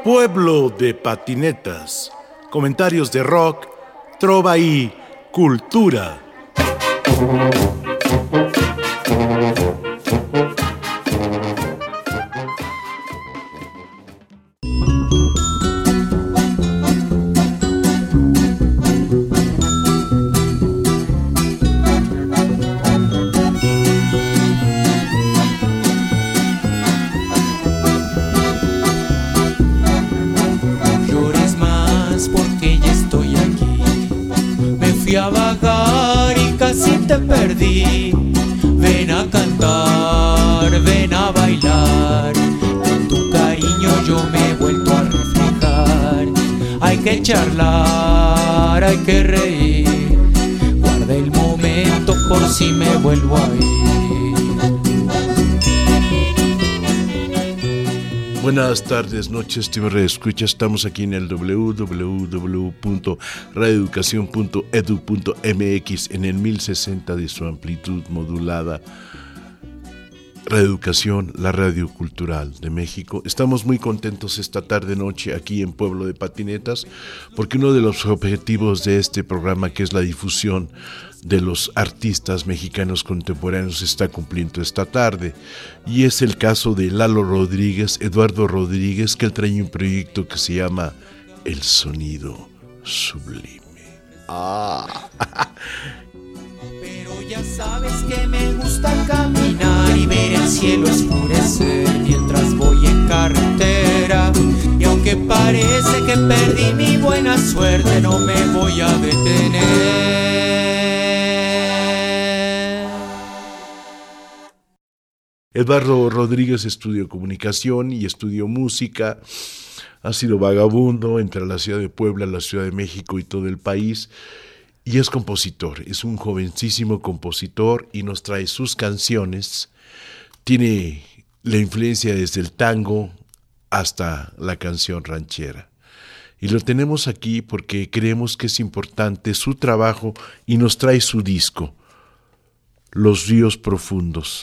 Pueblo de patinetas. Comentarios de rock, trova y cultura. A vagar y casi te perdí. Ven a cantar, ven a bailar. Con tu cariño yo me he vuelto a reflejar. Hay que charlar, hay que reír. Guarda el momento por si me vuelvo a ir. Buenas tardes, noches, estimado radioescucha. Estamos aquí en el www.radioeducacion.edu.mx en el 1060 de su amplitud modulada. Radioeducación, la radio cultural de México. Estamos muy contentos esta tarde-noche aquí en Pueblo de Patinetas porque uno de los objetivos de este programa, que es la difusión de los artistas mexicanos contemporáneos, está cumpliendo esta tarde, y es el caso de Lalo Rodríguez, Eduardo Rodríguez, que él trae un proyecto que se llama El Sonido Sublime. Pero ya sabes que me gusta caminar y ver el cielo oscurecer mientras voy en carretera. Y aunque parece que perdí mi buena suerte, no me voy a detener. Eduardo Rodríguez estudió comunicación y estudió música. Ha sido vagabundo entre la ciudad de Puebla, la Ciudad de México y todo el país. Y es compositor, es un jovencísimo compositor y nos trae sus canciones. Tiene la influencia desde el tango hasta la canción ranchera. Y lo tenemos aquí porque creemos que es importante su trabajo y nos trae su disco, Los Ríos Profundos.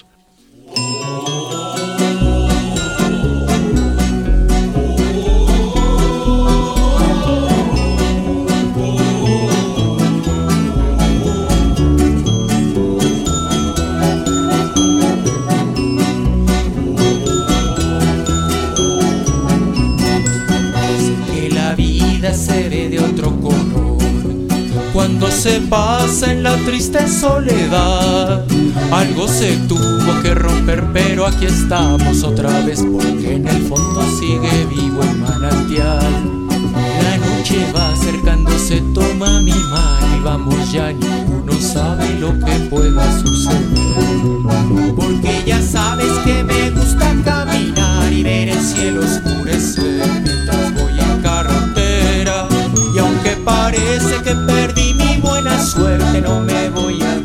Se ve de otro color cuando se pasa en la triste soledad. Algo se tuvo que romper, pero aquí estamos otra vez, porque en el fondo sigue vivo el manantial. La noche va acercándose, toma mi mano y vamos ya, ninguno sabe lo que pueda suceder. Porque ya sabes que me gusta caminar y ver el cielo oscurecer mientras voy en carretera. Y aunque parece que perdí mi buena suerte, no me voy a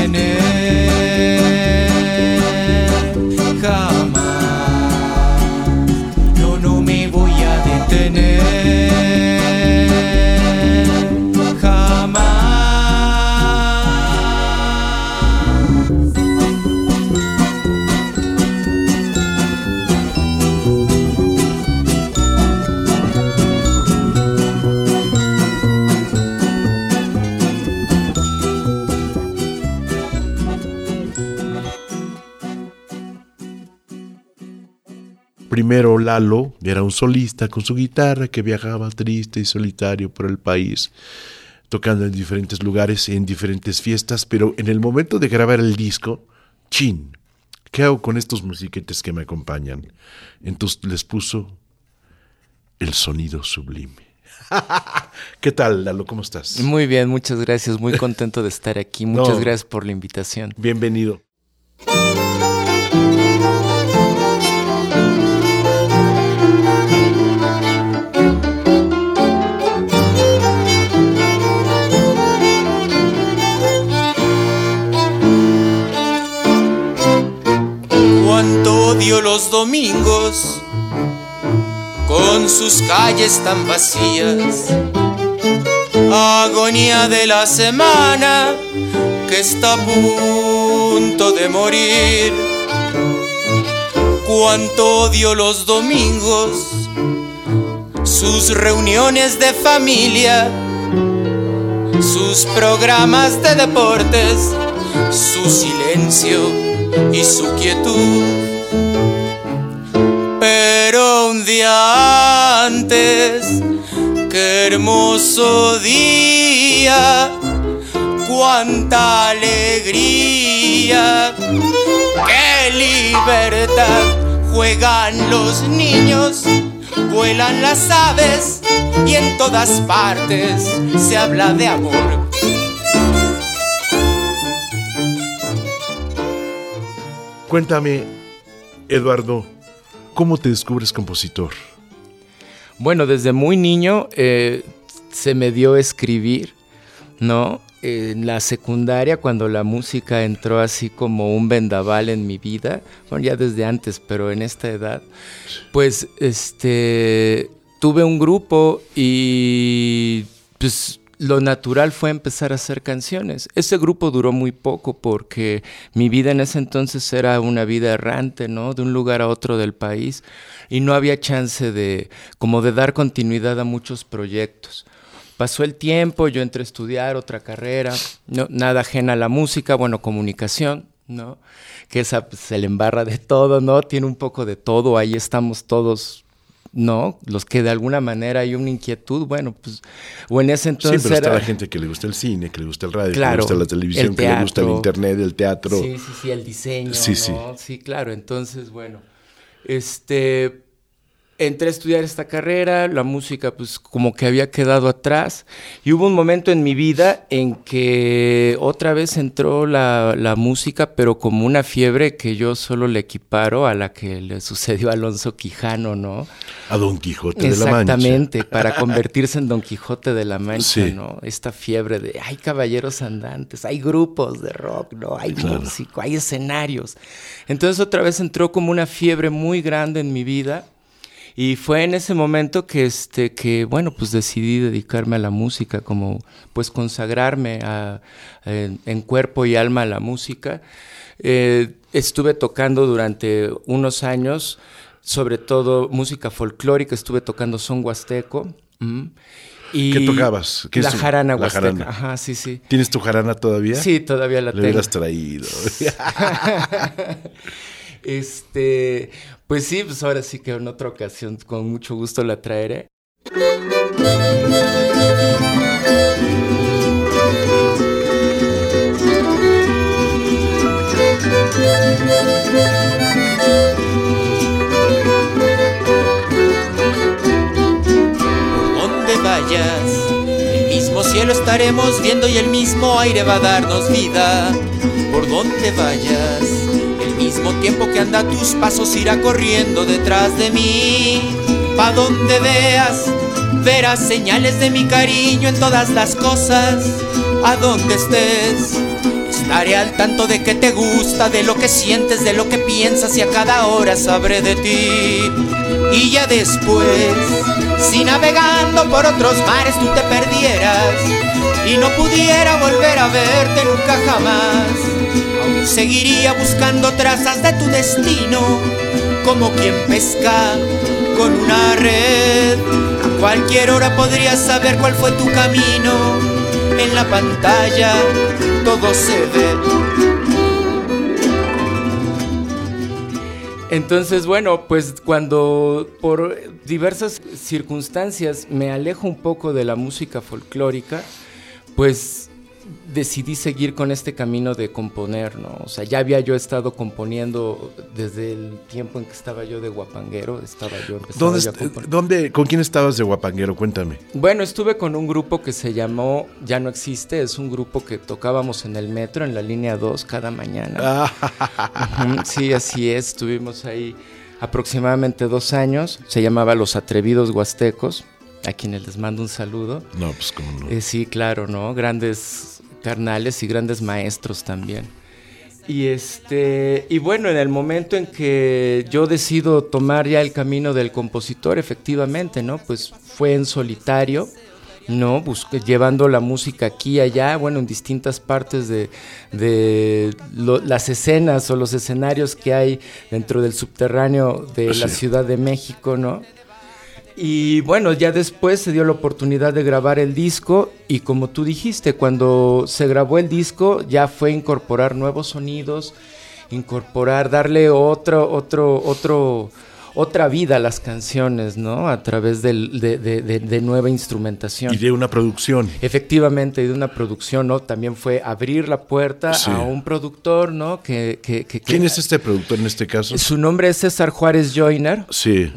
detener jamás. No me voy a detener jamás. Primero Lalo era un solista con su guitarra que viajaba triste y solitario por el país, tocando en diferentes lugares, en diferentes fiestas, pero en el momento de grabar el disco, ¡chin! ¿Qué hago con estos musiquetes que me acompañan? Entonces les puso El Sonido Sublime. ¿Qué tal, Lalo? ¿Cómo estás? Muy bien, muchas gracias, muy contento de estar aquí, muchas gracias por la invitación. Bienvenido. Cuánto odio los domingos con sus calles tan vacías, agonía de la semana que está a punto de morir. Cuánto odio los domingos sus reuniones de familia, sus programas de deportes, su silencio y su quietud. Pero un día antes, qué hermoso día, cuánta alegría, qué libertad. Juegan los niños, vuelan las aves y en todas partes se habla de amor. Cuéntame, Eduardo, ¿cómo te descubres compositor? Bueno, desde muy niño se me dio escribir, ¿no? En la secundaria, cuando la música entró así como un vendaval en mi vida, bueno, ya desde antes, pero en esta edad, pues tuve un grupo y pues lo natural fue empezar a hacer canciones. Ese grupo duró muy poco porque mi vida en ese entonces era una vida errante, ¿no? De un lugar a otro del país y no había chance de dar continuidad a muchos proyectos. Pasó el tiempo, yo entré a estudiar otra carrera, no, nada ajena a la música, bueno, comunicación, ¿no? Que esa pues, se le embarra de todo, ¿no? Tiene un poco de todo, ahí estamos todos, ¿no? Los que de alguna manera hay una inquietud, bueno, pues, o en ese entonces sí, pero está la gente que le gusta el cine, que le gusta el radio, claro, que le gusta la televisión, que le gusta el internet, el teatro. Sí, el diseño, sí, ¿no? Sí, claro, entonces, bueno, entré a estudiar esta carrera, la música pues como que había quedado atrás y hubo un momento en mi vida en que otra vez entró la música, pero como una fiebre que yo solo le equiparo a la que le sucedió a Alonso Quijano, ¿no? A Don Quijote de la Mancha. Exactamente, para convertirse en Don Quijote de la Mancha, sí. ¿no? Esta fiebre de hay caballeros andantes, hay grupos de rock, ¿no? Hay músico, hay escenarios. Entonces otra vez entró como una fiebre muy grande en mi vida. Y fue en ese momento que bueno, pues decidí dedicarme a la música, como pues consagrarme en cuerpo y alma a la música. Estuve tocando durante unos años, sobre todo música folclórica, estuve tocando son huasteco. Y ¿qué tocabas? La jarana huasteca. Ajá, sí. ¿Tienes tu jarana todavía? Sí, todavía la tengo. Le hubieras traído. Pues sí, pues ahora sí que en otra ocasión con mucho gusto la traeré. Por donde vayas, el mismo cielo estaremos viendo y el mismo aire va a darnos vida. Por donde vayas, mismo tiempo que anda tus pasos irá corriendo detrás de mí. Pa' donde veas, verás señales de mi cariño en todas las cosas. A donde estés, estaré al tanto de que te gusta, de lo que sientes, de lo que piensas y a cada hora sabré de ti. Y ya después, si navegando por otros mares tú te perdieras y no pudiera volver a verte nunca jamás, aún seguiría buscando trazas de tu destino, como quien pesca con una red. A cualquier hora podrías saber cuál fue tu camino. En la pantalla todo se ve. Entonces, bueno, pues cuando por diversas circunstancias me alejo un poco de la música folclórica, pues decidí seguir con este camino de componer, ¿no? O sea, ya había yo estado componiendo desde el tiempo en que estaba yo de guapanguero, ¿Con quién estabas de guapanguero? Cuéntame. Bueno, estuve con un grupo que se llamó Ya No Existe, es un grupo que tocábamos en el metro, en la línea 2, cada mañana. Sí, así es, estuvimos ahí aproximadamente 2 años, se llamaba Los Atrevidos Huastecos, a quienes les mando un saludo. No, pues cómo no. Sí, claro, ¿no? Grandes carnales y grandes maestros también. Y bueno, en el momento en que yo decido tomar ya el camino del compositor, efectivamente, ¿no? Pues fue en solitario, ¿no? Llevando la música aquí y allá, bueno, en distintas partes de las escenas o los escenarios que hay dentro del subterráneo de la Ciudad de México, ¿no? Y bueno, ya después se dio la oportunidad de grabar el disco y como tú dijiste, cuando se grabó el disco ya fue incorporar nuevos sonidos, darle otra vida a las canciones, ¿no? A través de nueva instrumentación. Y de una producción. Efectivamente, de una producción, ¿no? También fue abrir la puerta a un productor, ¿no? ¿Quién es este productor en este caso? Su nombre es César Juárez Joyner. Sí.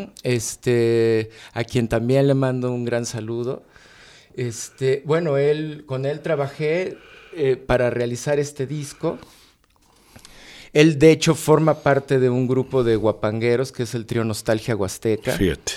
A quien también le mando un gran saludo. Bueno, con él trabajé para realizar este disco. Él, de hecho, forma parte de un grupo de guapangueros que es el trío Nostalgia Huasteca. Fíjate.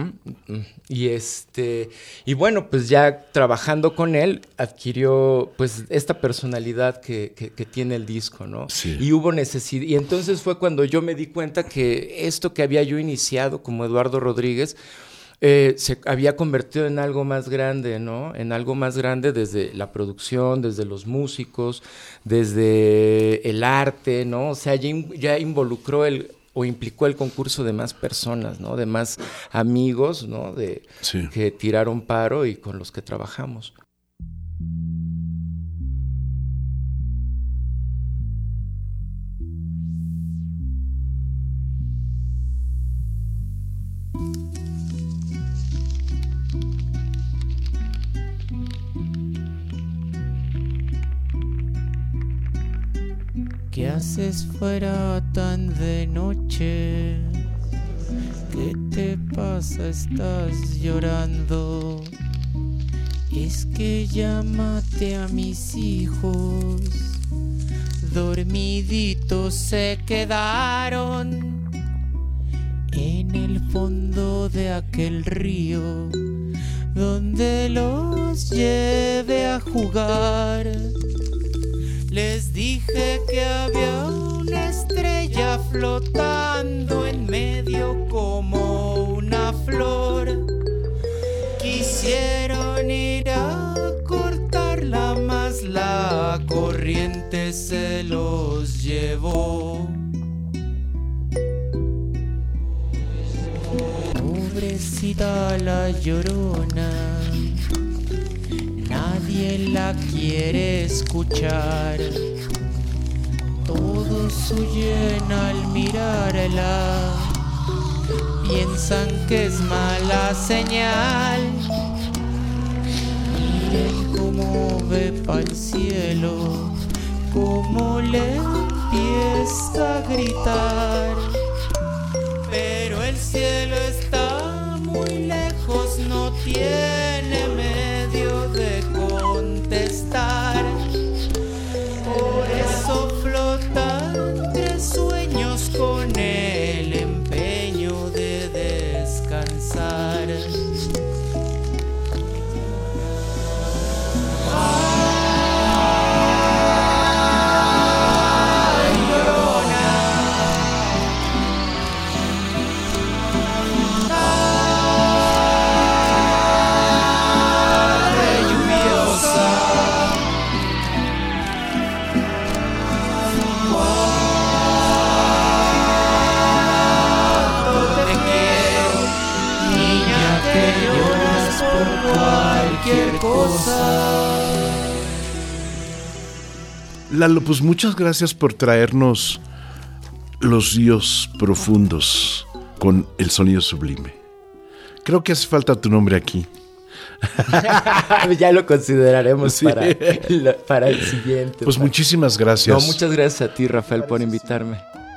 Y bueno, pues ya trabajando con él, adquirió pues esta personalidad que tiene el disco, ¿no? Sí. Y hubo necesidad. Y entonces fue cuando yo me di cuenta que esto que había yo iniciado como Eduardo Rodríguez se había convertido en algo más grande, ¿no? En algo más grande desde la producción, desde los músicos, desde el arte, ¿no? O sea, ya involucró implicó el concurso de más personas, ¿no? De más amigos, ¿no? Que tiraron paro y con los que trabajamos. ¿Qué haces fuera tan de noche? ¿Qué te pasa? ¿Estás llorando? Es que ya maté a mis hijos, dormiditos se quedaron en el fondo de aquel río donde los llevé a jugar. Les dije que había una estrella flotando en medio como una flor. Quisieron ir a cortarla, mas la corriente se los llevó. Pobrecita la Llorona, nadie la quiere escuchar. Todos huyen al mirarla, piensan que es mala señal. Miren cómo ve pa'l cielo, cómo le empieza a gritar. Pero el cielo está muy lejos, no tiene medio de contestar. Por eso flota entre sueños con el empeño de descansar. Lalo, pues muchas gracias por traernos los ríos profundos con el sonido sublime. Creo que hace falta tu nombre aquí. Ya lo consideraremos para el siguiente. Pues muchísimas gracias. No, muchas gracias a ti, Rafael, por invitarme.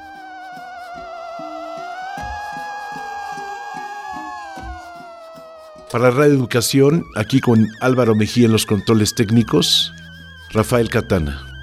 Para Radio Educación, aquí con Álvaro Mejía en los controles técnicos, Rafael Catana.